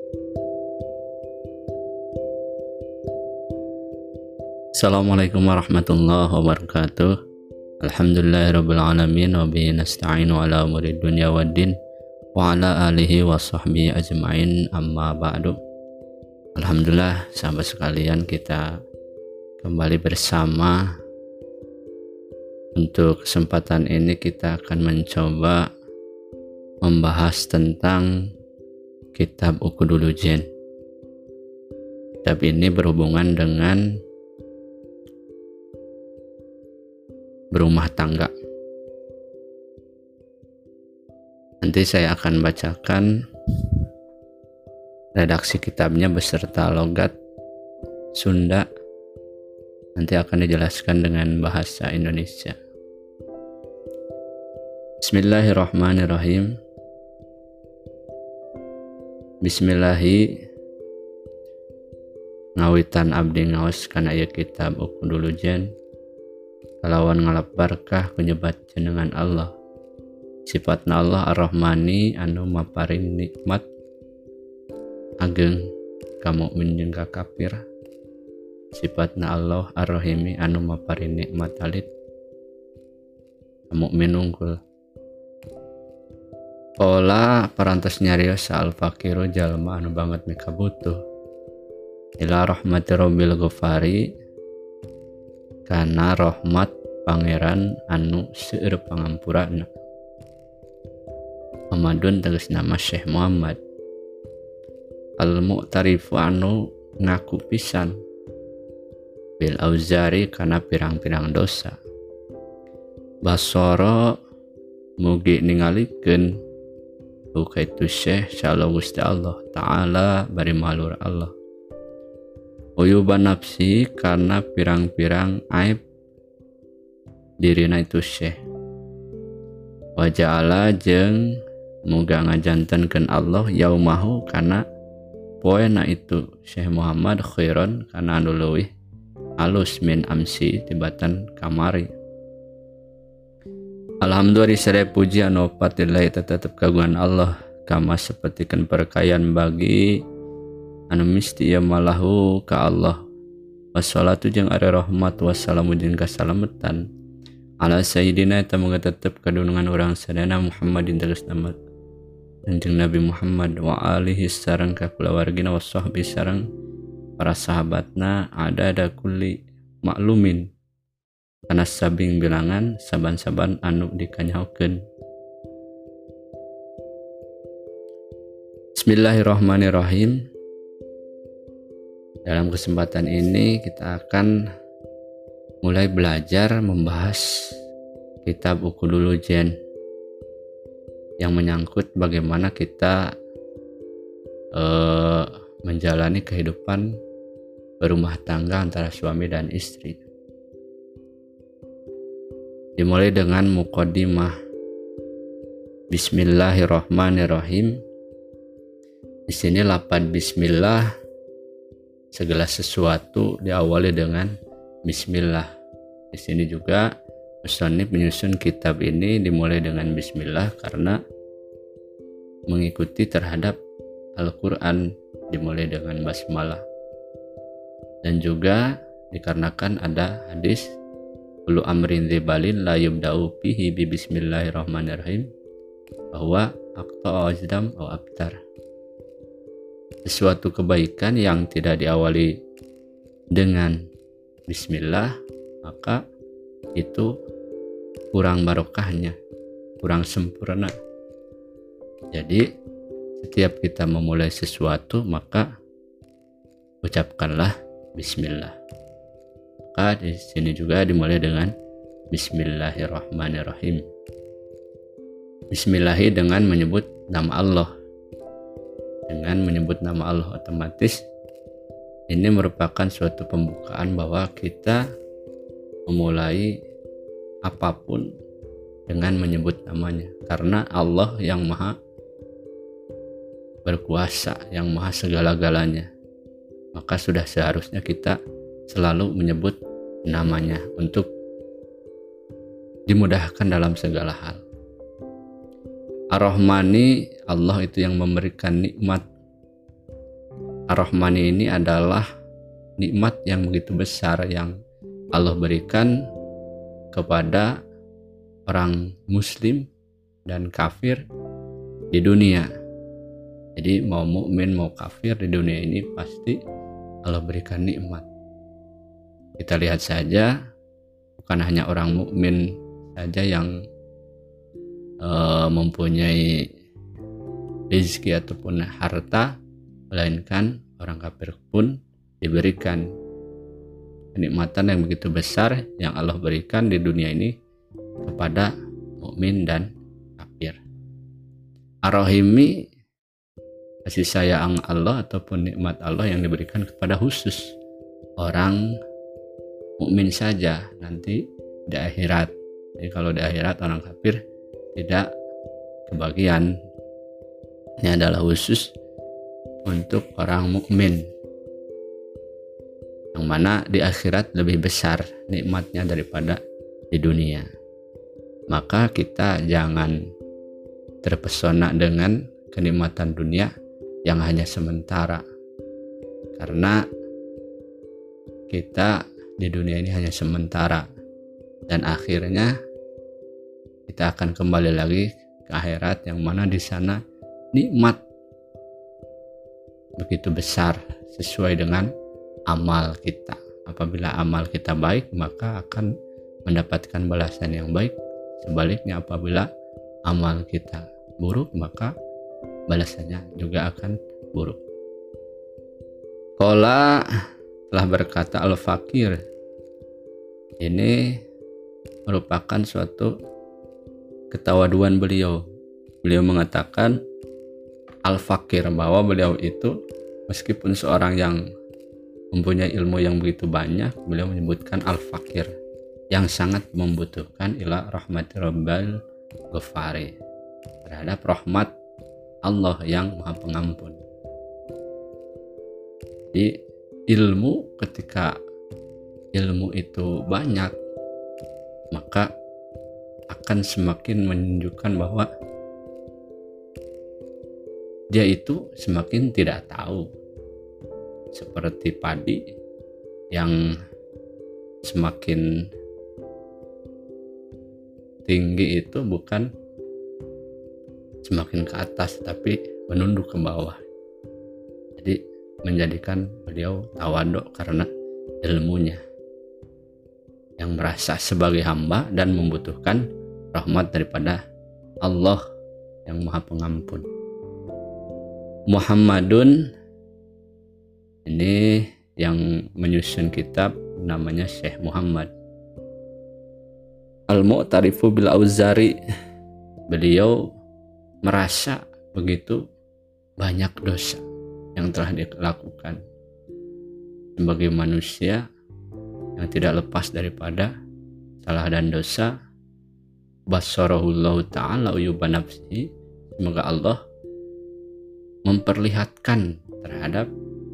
Assalamualaikum warahmatullahi wabarakatuh. Alhamdulillahirabbil alamin wa bihi nasta'inu ala umuri dunya waddin wa ala alihi wa sahbihi ajmain, amma ba'du. Alhamdulillah sahabat sekalian, kita kembali bersama. Untuk kesempatan ini kita akan mencoba membahas tentang kitab Ukhdul-Ujen. Kitab ini berhubungan dengan berumah tangga. Nanti saya akan bacakan redaksi kitabnya beserta logat Sunda. Nanti akan dijelaskan dengan bahasa Indonesia. Bismillahirrahmanirrahim. Bismillahi ngawitan abdi ngaos kana ieu kitab Ukhdul-Ujen kalawan ngalap barkah kunyebat jenengan Allah. Sifatna Allah Ar-Rahmani anu maparing nikmat ageng ka mukmin jeung ka kafir. Sifatna Allah Ar-Rahimi anu maparing nikmat alit ka mukmin unggul. Qala parantos nyarios al-faqiru jalma anu banget mika butuh ila rahmati rabbil ghafari kana rahmat pangeran anu seueur pangampurana. Muhammadun tegas nama Syekh Muhammad. Al-mu'tarifu anu ngaku pisan bil auzari kana pirang-pirang dosa. Basara mugi ningalikeun kaitu Syekh Shalom Gusti Allah Ta'ala bari malur Allah. Uyuban nafsi karena pirang-pirang aib dirina itu Syekh. Waja'ala jeung muga ngajantenkeun Allah yaumahu kana poena itu Syekh Muhammad khairon kana anu leuwih alus min amsi tibatan kamari. Alhamdulillah sadaya puji anu patillahi tetep kagungan Allah kama sapertikeun perkayaan bagi anu misti ieu malahu ka Allah. Wassalatu jeung ari rahmat wassalamu jeung kasalametan ala sayyidina eta muga tetep kadunungan urang sadana Muhammadin tegas nama kanjeng Nabi Muhammad wa alihi sareng ka kulawargina washabbi sareng para sahabatna ada kulli maklumin kana sabing bilangan saban-saban anu dikanyahokeun. Bismillahirrahmanirrahim. Dalam kesempatan ini kita akan mulai belajar membahas kitab Ukhdul-Ujen yang menyangkut bagaimana kita menjalani kehidupan berumah tangga antara suami dan istri. Dimulai dengan muqaddimah. Bismillahirrahmanirrahim. Di sini lafaz bismillah, segala sesuatu diawali dengan bismillah. Di sini juga musannif menyusun kitab ini dimulai dengan bismillah karena mengikuti terhadap Al-Qur'an dimulai dengan basmalah. Dan juga dikarenakan ada hadis kullu amrin dzibalin la yubda'u fihi bi bismillahirrahmanirrahim bahwa aqta'a ajdam atau abtar. Sesuatu kebaikan yang tidak diawali dengan bismillah maka itu kurang barokahnya, kurang sempurna. Jadi setiap kita memulai sesuatu maka ucapkanlah bismillah. Maka di sini juga dimulai dengan Bismillahirrahmanirrahim. Bismillahi dengan menyebut nama Allah. Dengan menyebut nama Allah otomatis ini merupakan suatu pembukaan bahwa kita memulai apapun dengan menyebut namanya. Karena Allah yang maha berkuasa, yang maha segala-galanya. Maka sudah seharusnya kita selalu menyebut namanya untuk dimudahkan dalam segala hal. Ar-Rahmani, Allah itu yang memberikan nikmat Ar-Rahmani ini adalah nikmat yang begitu besar yang Allah berikan kepada orang muslim dan kafir di dunia. Jadi mau mukmin mau kafir di dunia ini pasti Allah berikan nikmat. Kita lihat saja, bukan hanya orang mukmin saja yang mempunyai rezeki ataupun harta, melainkan orang kafir pun diberikan kenikmatan yang begitu besar yang Allah berikan di dunia ini kepada mukmin dan kafir. Ar-Rahimi, kasih sayang Allah ataupun nikmat Allah yang diberikan kepada khusus orang mukmin saja nanti di akhirat. Jadi kalau di akhirat orang kafir tidak kebagian. Ini adalah khusus untuk orang mukmin, yang mana di akhirat lebih besar nikmatnya daripada di dunia. Maka kita jangan terpesona dengan kenikmatan dunia yang hanya sementara, karena kita di dunia ini hanya sementara dan akhirnya kita akan kembali lagi ke akhirat, yang mana di sana nikmat begitu besar sesuai dengan amal kita. Apabila amal kita baik, maka akan mendapatkan balasan yang baik. Sebaliknya apabila amal kita buruk, maka balasannya juga akan buruk. Qala, telah berkata Al-Fakir, ini merupakan suatu ketawaduan beliau. Beliau mengatakan Al-Fakir, bahwa beliau itu meskipun seorang yang mempunyai ilmu yang begitu banyak, beliau menyebutkan Al-Fakir, yang sangat membutuhkan ila rahmati rabbil ghafari, terhadap rahmat Allah yang maha pengampun. Jadi ilmu, ketika ilmu itu banyak, maka akan semakin menunjukkan bahwa dia itu semakin tidak tahu. Seperti padi yang semakin tinggi itu bukan semakin ke atas, tapi menunduk ke bawah. Jadi menjadikan beliau tawaduk karena ilmunya, yang merasa sebagai hamba dan membutuhkan rahmat daripada Allah yang maha pengampun. Muhammadun, ini yang menyusun kitab namanya Syekh Muhammad Al-Mu'tarifu bil Auzari. Beliau merasa begitu banyak dosa yang telah dilakukan sebagai manusia yang tidak lepas daripada salah dan dosa. Basarahullahu ta'ala uyuban nafsihi, semoga Allah memperlihatkan terhadap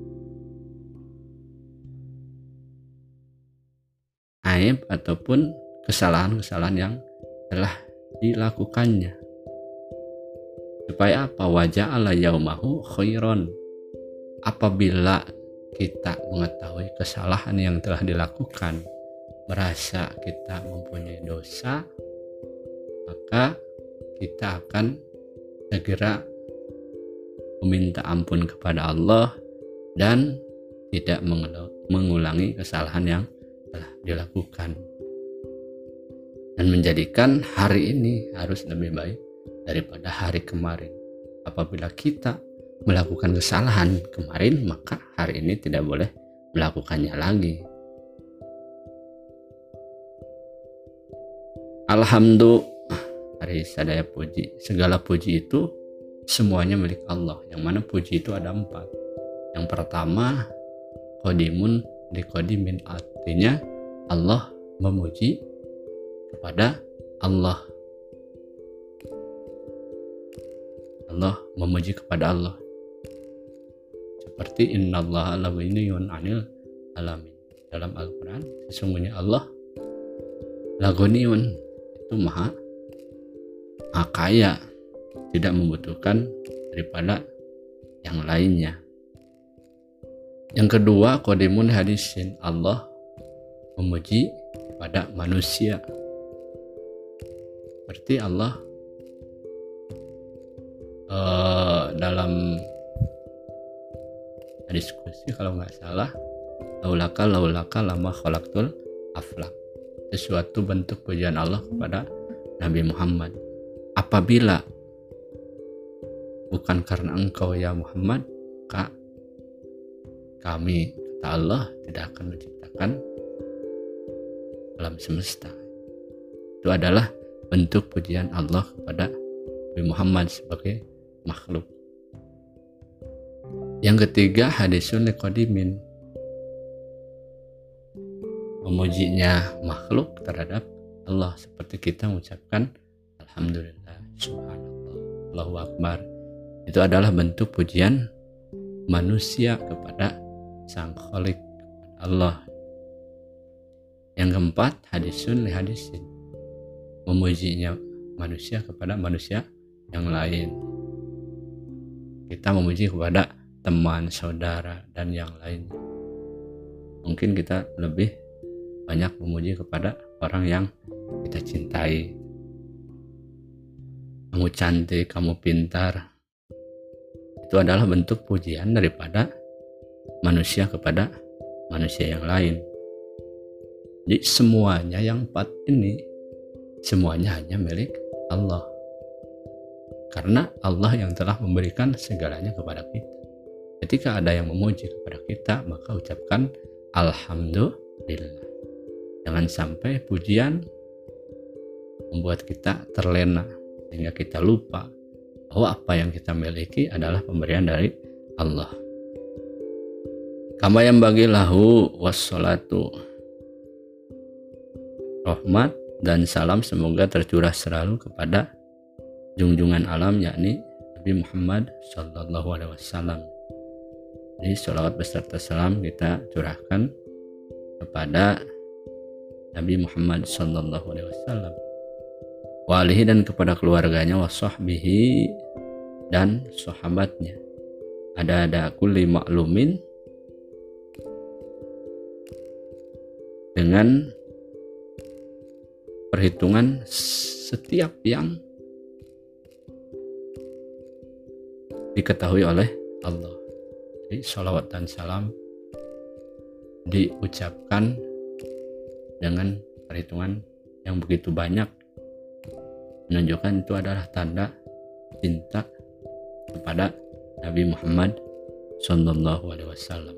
aib ataupun kesalahan-kesalahan yang telah dilakukannya. Supaya apa? Waja'ala yaumahu khairon. Apabila kita mengetahui kesalahan yang telah dilakukan, merasa kita mempunyai dosa, maka kita akan segera meminta ampun kepada Allah dan tidak mengulangi kesalahan yang telah dilakukan, dan menjadikan hari ini harus lebih baik daripada hari kemarin. Apabila kita melakukan kesalahan kemarin, maka hari ini tidak boleh melakukannya lagi. Alhamdulillah, hari sadaya puji, segala puji itu semuanya milik Allah, yang mana puji itu ada 4. Yang pertama, qadimun liqadimin, artinya Allah memuji kepada Allah. Allah memuji kepada Allah, seperti innallaha la ghaniyun 'anil alamin. Dalam Al-Quran, sesungguhnya Allah la ghaniyun, itu maha kaya, tidak membutuhkan daripada yang lainnya. Yang kedua, qadimun hadisin, Allah memuji kepada manusia. Berarti Allah dalam hadis qudsi kalau nggak salah, laulaka lama khalaqtul aflak. Sesuatu bentuk pujian Allah kepada Nabi Muhammad. Apabila bukan karena engkau ya Muhammad, maka kami, kata Allah, tidak akan menciptakan alam semesta. Itu adalah bentuk pujian Allah kepada Nabi Muhammad sebagai makhluk. Yang ketiga, hadisun liqadimin, memujinya makhluk terhadap Allah, seperti kita mengucapkan alhamdulillah, subhanallah, Allahu akbar. Itu adalah bentuk pujian manusia kepada sang khalik, Allah. Yang keempat, hadisun li hadisin, memujinya manusia kepada manusia yang lain. Kita memuji kepada teman, saudara, dan yang lain. Mungkin kita lebih banyak memuji kepada orang yang kita cintai. Kamu cantik, kamu pintar. Itu adalah bentuk pujian daripada manusia kepada manusia yang lain. Jadi semuanya yang empat ini, semuanya hanya milik Allah. Karena Allah yang telah memberikan segalanya kepada kita. Ketika ada yang memuji kepada kita, maka ucapkan alhamdulillah. Jangan sampai pujian membuat kita terlena sehingga kita lupa bahwa apa yang kita miliki adalah pemberian dari Allah. Kama yang bagi lahu wassalatu, rahmat dan salam semoga tercurah selalu kepada junjungan alam, yakni Nabi Muhammad Sallallahu Alaihi Wasallam. Jadi sholawat beserta salam kita curahkan kepada Nabi Muhammad Sallallahu Alaihi Wasallam, wa alihi, dan kepada keluarganya, wa sahbihi, dan sahabatnya. Ada kulli maklumin, dengan perhitungan setiap yang diketahui oleh Allah. Jadi sholawat dan salam diucapkan dengan perhitungan yang begitu banyak, menunjukkan itu adalah tanda cinta kepada Nabi Muhammad Sallallahu Alaihi Wasallam.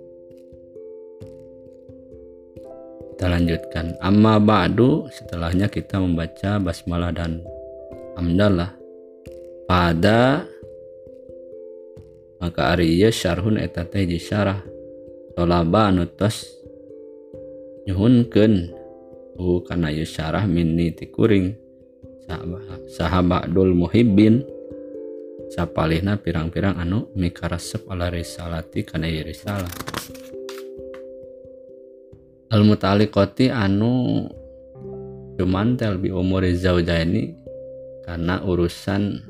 Kita lanjutkan. Amma ba'du, setelahnya kita membaca basmalah dan hamdalah. Pada maka ari ieu syarhun eta teh syarah tolaba anu tos nyuhunkeun kana ieu syarah minni ti kuring sahabadul muhibbin sapalihna pirang-pirang anu mikaresep ala risalati kana ieu risalah al mutaliqati anu dumantel bi umuri zaujaini kana urusan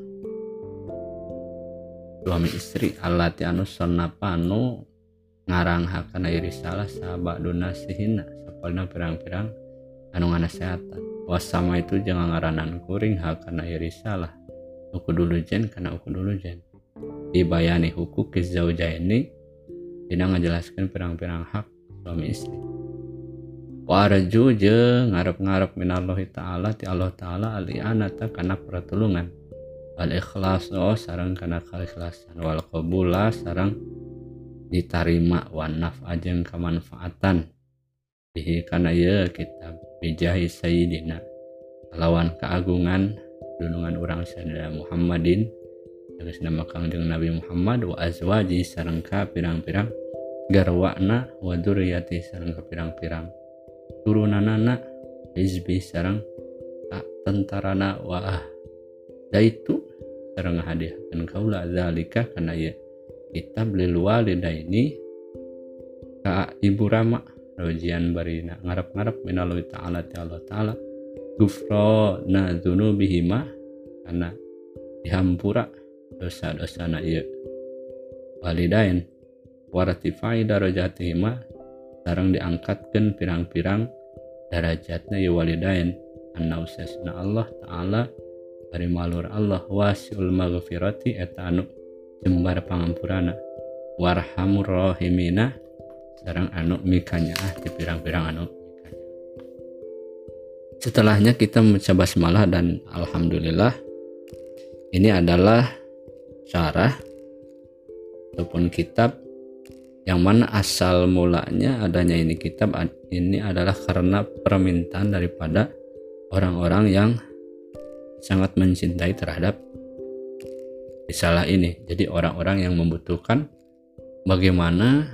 suami istri, allati anu sonnapa anu ngaranghakeun ieu risalah sabaduna sihina sapalna pirang-pirang anu nganasehatan. Wasama itu jangan ngaranan kuring hakana ieu risalah ukudulujen kana ukudulujen dibayani hukuk zaujaini dina ngajelaskeun pirang-pirang hak suami istri. Wa arju jeung ngarep-ngarep minallahi taala ti Allah taala alianata kana pertulungan, wal ikhlas sareng kana kaikhlasan, wal qabula sareng ditarima, wan naf'a jeung kamanfaatan bihi kana ieu kitab bijahi sayyidina lawan keagungan dunungan urang sadaya Muhammadin tegasna Kangjeng Nabi Muhammad, wa azwaji sareng ka pirang-pirang garwana, wa dzurriyyati sareng ka pirang-pirang turunanana, hizbi sareng ka tentarana, wa daitu sareng hadiahkeun kaula zalika kana ieu kitab lil walidaini ka ibu rama rojian barina ngarep-ngarep minallahi ta'ala ti Allah ta'ala gufrana dzunubihima kana dihampura dosa-dosana ieu walidain wartifai darajatihima sareng diangkatkeun pirang-pirang darajatna ieu walidain annausasna Allah taala bari malur Allah wasiul maghfirati eta anu jembar pangampurana warhamur rahimina sareng anu mikanyaah ti pirang-pirang anu mikanya. Setelahnya kita membaca basmalah dan alhamdulillah. Ini adalah syarah ataupun kitab yang mana asal mulanya adanya ini kitab ini adalah karena permintaan daripada orang-orang yang sangat mencintai terhadap risalah ini. Jadi orang-orang yang membutuhkan bagaimana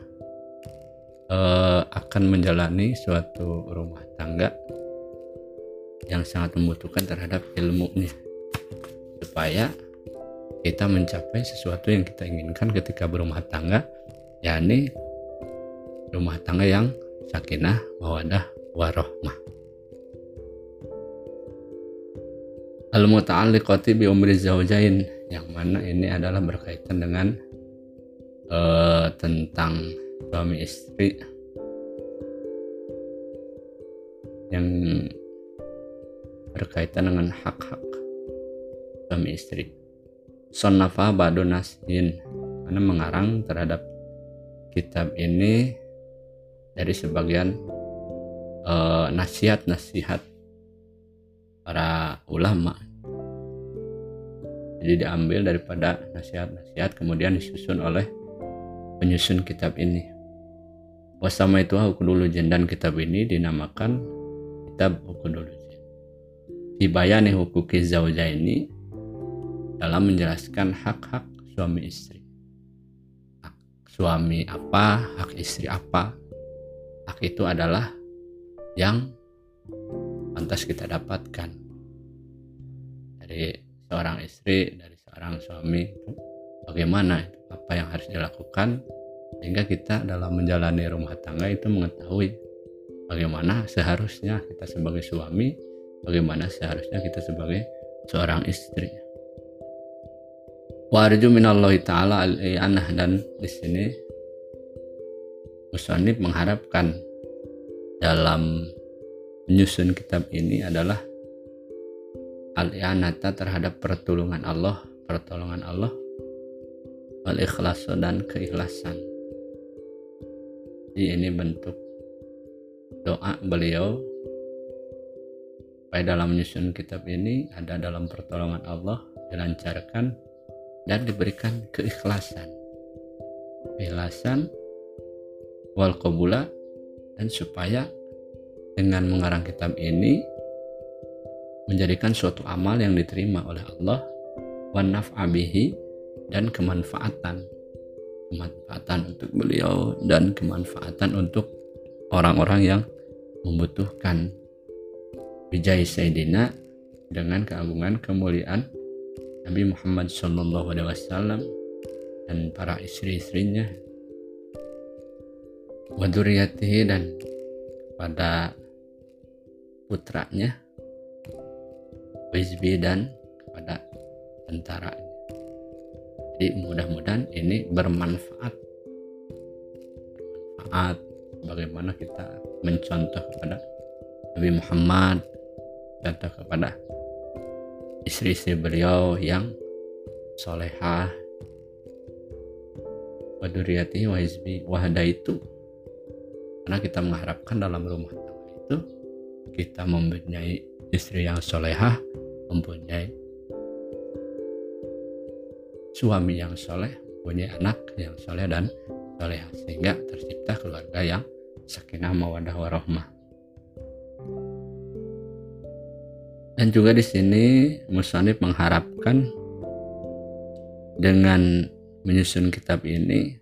akan menjalani suatu rumah tangga yang sangat membutuhkan terhadap ilmunya, supaya kita mencapai sesuatu yang kita inginkan ketika berumah tangga, yakni rumah tangga yang sakinah, mawaddah, warahmah. Al-muta'alliqati bi umri zawjain, yang mana ini adalah berkaitan dengan tentang suami istri yang berkaitan dengan hak-hak suami istri. Sonnafa ba'du nasyin, karena mengarang terhadap kitab ini dari sebagian nasihat-nasihat para ulama. Jadi diambil daripada nasihat-nasihat kemudian disusun oleh penyusun kitab ini. Wasama itu Ukhdulujen, dan kitab ini dinamakan kitab Ukhdulujen. Dibayani hukuki zaujaini, dalam menjelaskan hak-hak suami istri. Hak suami apa, hak istri apa. Hak itu adalah yang pantas kita dapatkan dari seorang istri, dari seorang suami. Bagaimana, apa yang harus dilakukan sehingga kita dalam menjalani rumah tangga itu mengetahui bagaimana seharusnya kita sebagai suami, bagaimana seharusnya kita sebagai seorang istri. Wa arju minallahi ta'ala al-i'anah, dan di sini musannif mengharapkan dalam menyusun kitab ini adalah al-i'anata terhadap pertolongan Allah wal ikhlas, dan keikhlasan. Jadi ini bentuk doa beliau supaya dalam menyusun kitab ini ada dalam pertolongan Allah, dilancarkan dan diberikan keikhlasan wal qabula, dan supaya dengan mengarang kitab ini menjadikan suatu amal yang diterima oleh Allah, wan naf'a bihi, dan kemanfaatan untuk beliau dan kemanfaatan untuk orang-orang yang membutuhkan. Bijai Sayyidina, dengan keagungan kemuliaan Nabi Muhammad SAW dan para istri-istrinya, wa dzurriyyatihi, dan kepada putranya, Wizbi, dan kepada tentaranya. Jadi mudah-mudahan ini bermanfaat bagaimana kita mencontoh kepada Nabi Muhammad, contoh kepada istri-istri beliau yang solehah, wa dzurriyyatihi wa hizbi wahda, itu karena kita mengharapkan dalam rumah tangga itu kita mempunyai istri yang solehah, mempunyai suami yang soleh, mempunyai anak yang soleh dan solehah, sehingga tercipta keluarga yang sakinah, mawaddah, warahmah. Dan juga di sini musannif mengharapkan dengan menyusun kitab ini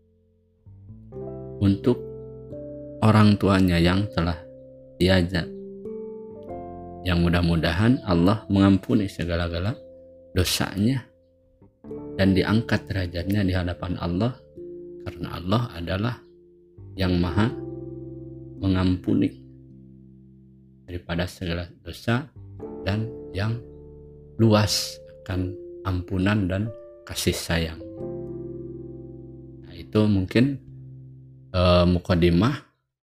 untuk orang tuanya yang telah diajak, yang mudah-mudahan Allah mengampuni segala-gala dosanya dan diangkat derajatnya di hadapan Allah, karena Allah adalah yang maha mengampuni daripada segala dosa dan yang luas akan ampunan dan kasih sayang. Nah, itu mungkin mukadimah.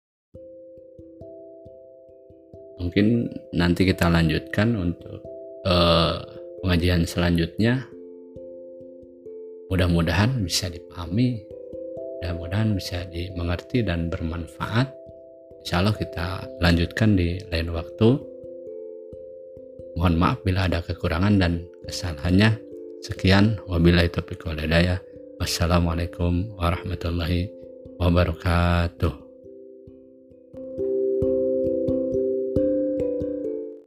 Mungkin nanti kita lanjutkan untuk pengajian selanjutnya. Mudah-mudahan bisa dipahami, mudah-mudahan bisa dimengerti dan bermanfaat. Insya Allah kita lanjutkan di lain waktu. Mohon maaf bila ada kekurangan dan kesalahannya. Sekian, wabillahi taufiq wal hidayah. Wassalamualaikum warahmatullahi wabarakatuh.